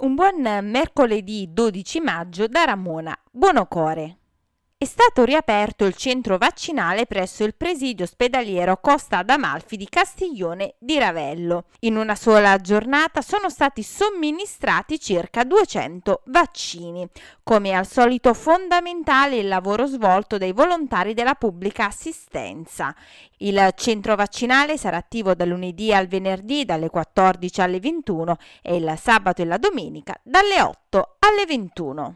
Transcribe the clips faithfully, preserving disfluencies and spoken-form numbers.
Un buon mercoledì dodici maggio da Ramona Buonocore. È stato riaperto il centro vaccinale presso il presidio ospedaliero Costa ad Amalfi di Castiglione di Ravello. In una sola giornata sono stati somministrati circa duecento vaccini. Come al solito fondamentale il lavoro svolto dai volontari della pubblica assistenza. Il centro vaccinale sarà attivo dal lunedì al venerdì dalle quattordici alle ventuno e il sabato e la domenica dalle otto alle ventuno.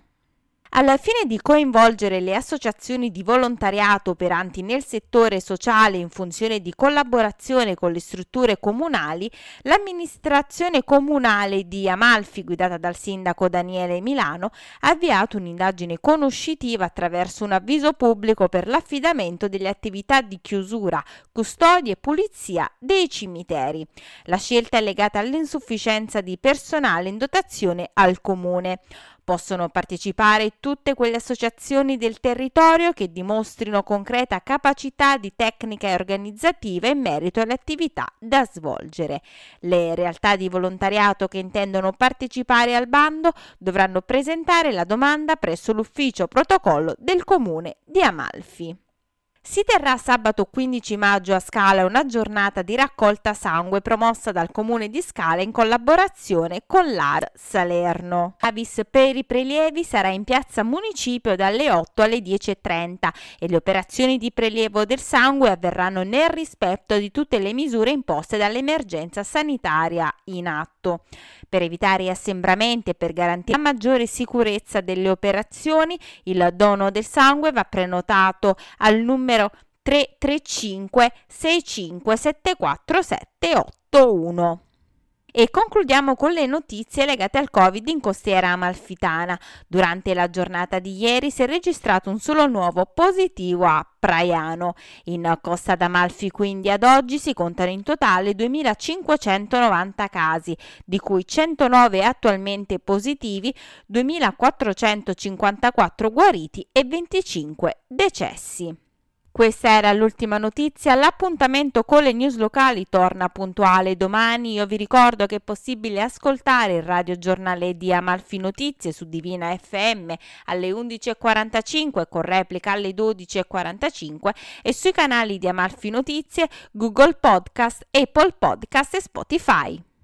Al fine di coinvolgere le associazioni di volontariato operanti nel settore sociale in funzione di collaborazione con le strutture comunali, l'amministrazione comunale di Amalfi, guidata dal sindaco Daniele Milano, ha avviato un'indagine conoscitiva attraverso un avviso pubblico per l'affidamento delle attività di chiusura, custodia e pulizia dei cimiteri. La scelta è legata all'insufficienza di personale in dotazione al comune. Possono partecipare tutte quelle associazioni del territorio che dimostrino concreta capacità di tecnica e organizzativa in merito alle attività da svolgere. Le realtà di volontariato che intendono partecipare al bando dovranno presentare la domanda presso l'ufficio protocollo del comune di Amalfi. Si terrà sabato quindici maggio a Scala una giornata di raccolta sangue promossa dal comune di Scala in collaborazione con l'A R Salerno. Avis per i prelievi sarà in piazza Municipio dalle otto alle dieci e trenta e le operazioni di prelievo del sangue avverranno nel rispetto di tutte le misure imposte dall'emergenza sanitaria in atto. Per evitare assembramenti e per garantire la maggiore sicurezza delle operazioni, il dono del sangue va prenotato al numero tre tre cinque sei cinque sette quattro sette otto uno. E concludiamo con le notizie legate al Covid in costiera amalfitana. Durante la giornata di ieri si è registrato un solo nuovo positivo a Praiano. In Costa d'Amalfi quindi ad oggi si contano in totale duemilacinquecentonovanta casi, di cui centonove attualmente positivi, duemilaquattrocentocinquantaquattro guariti e venticinque decessi. Questa era l'ultima notizia, l'appuntamento con le news locali torna puntuale domani. Io vi ricordo che è possibile ascoltare il radiogiornale di Amalfi Notizie su Divina F M alle undici e quarantacinque con replica alle dodici e quarantacinque e sui canali di Amalfi Notizie, Google Podcast, Apple Podcast e Spotify.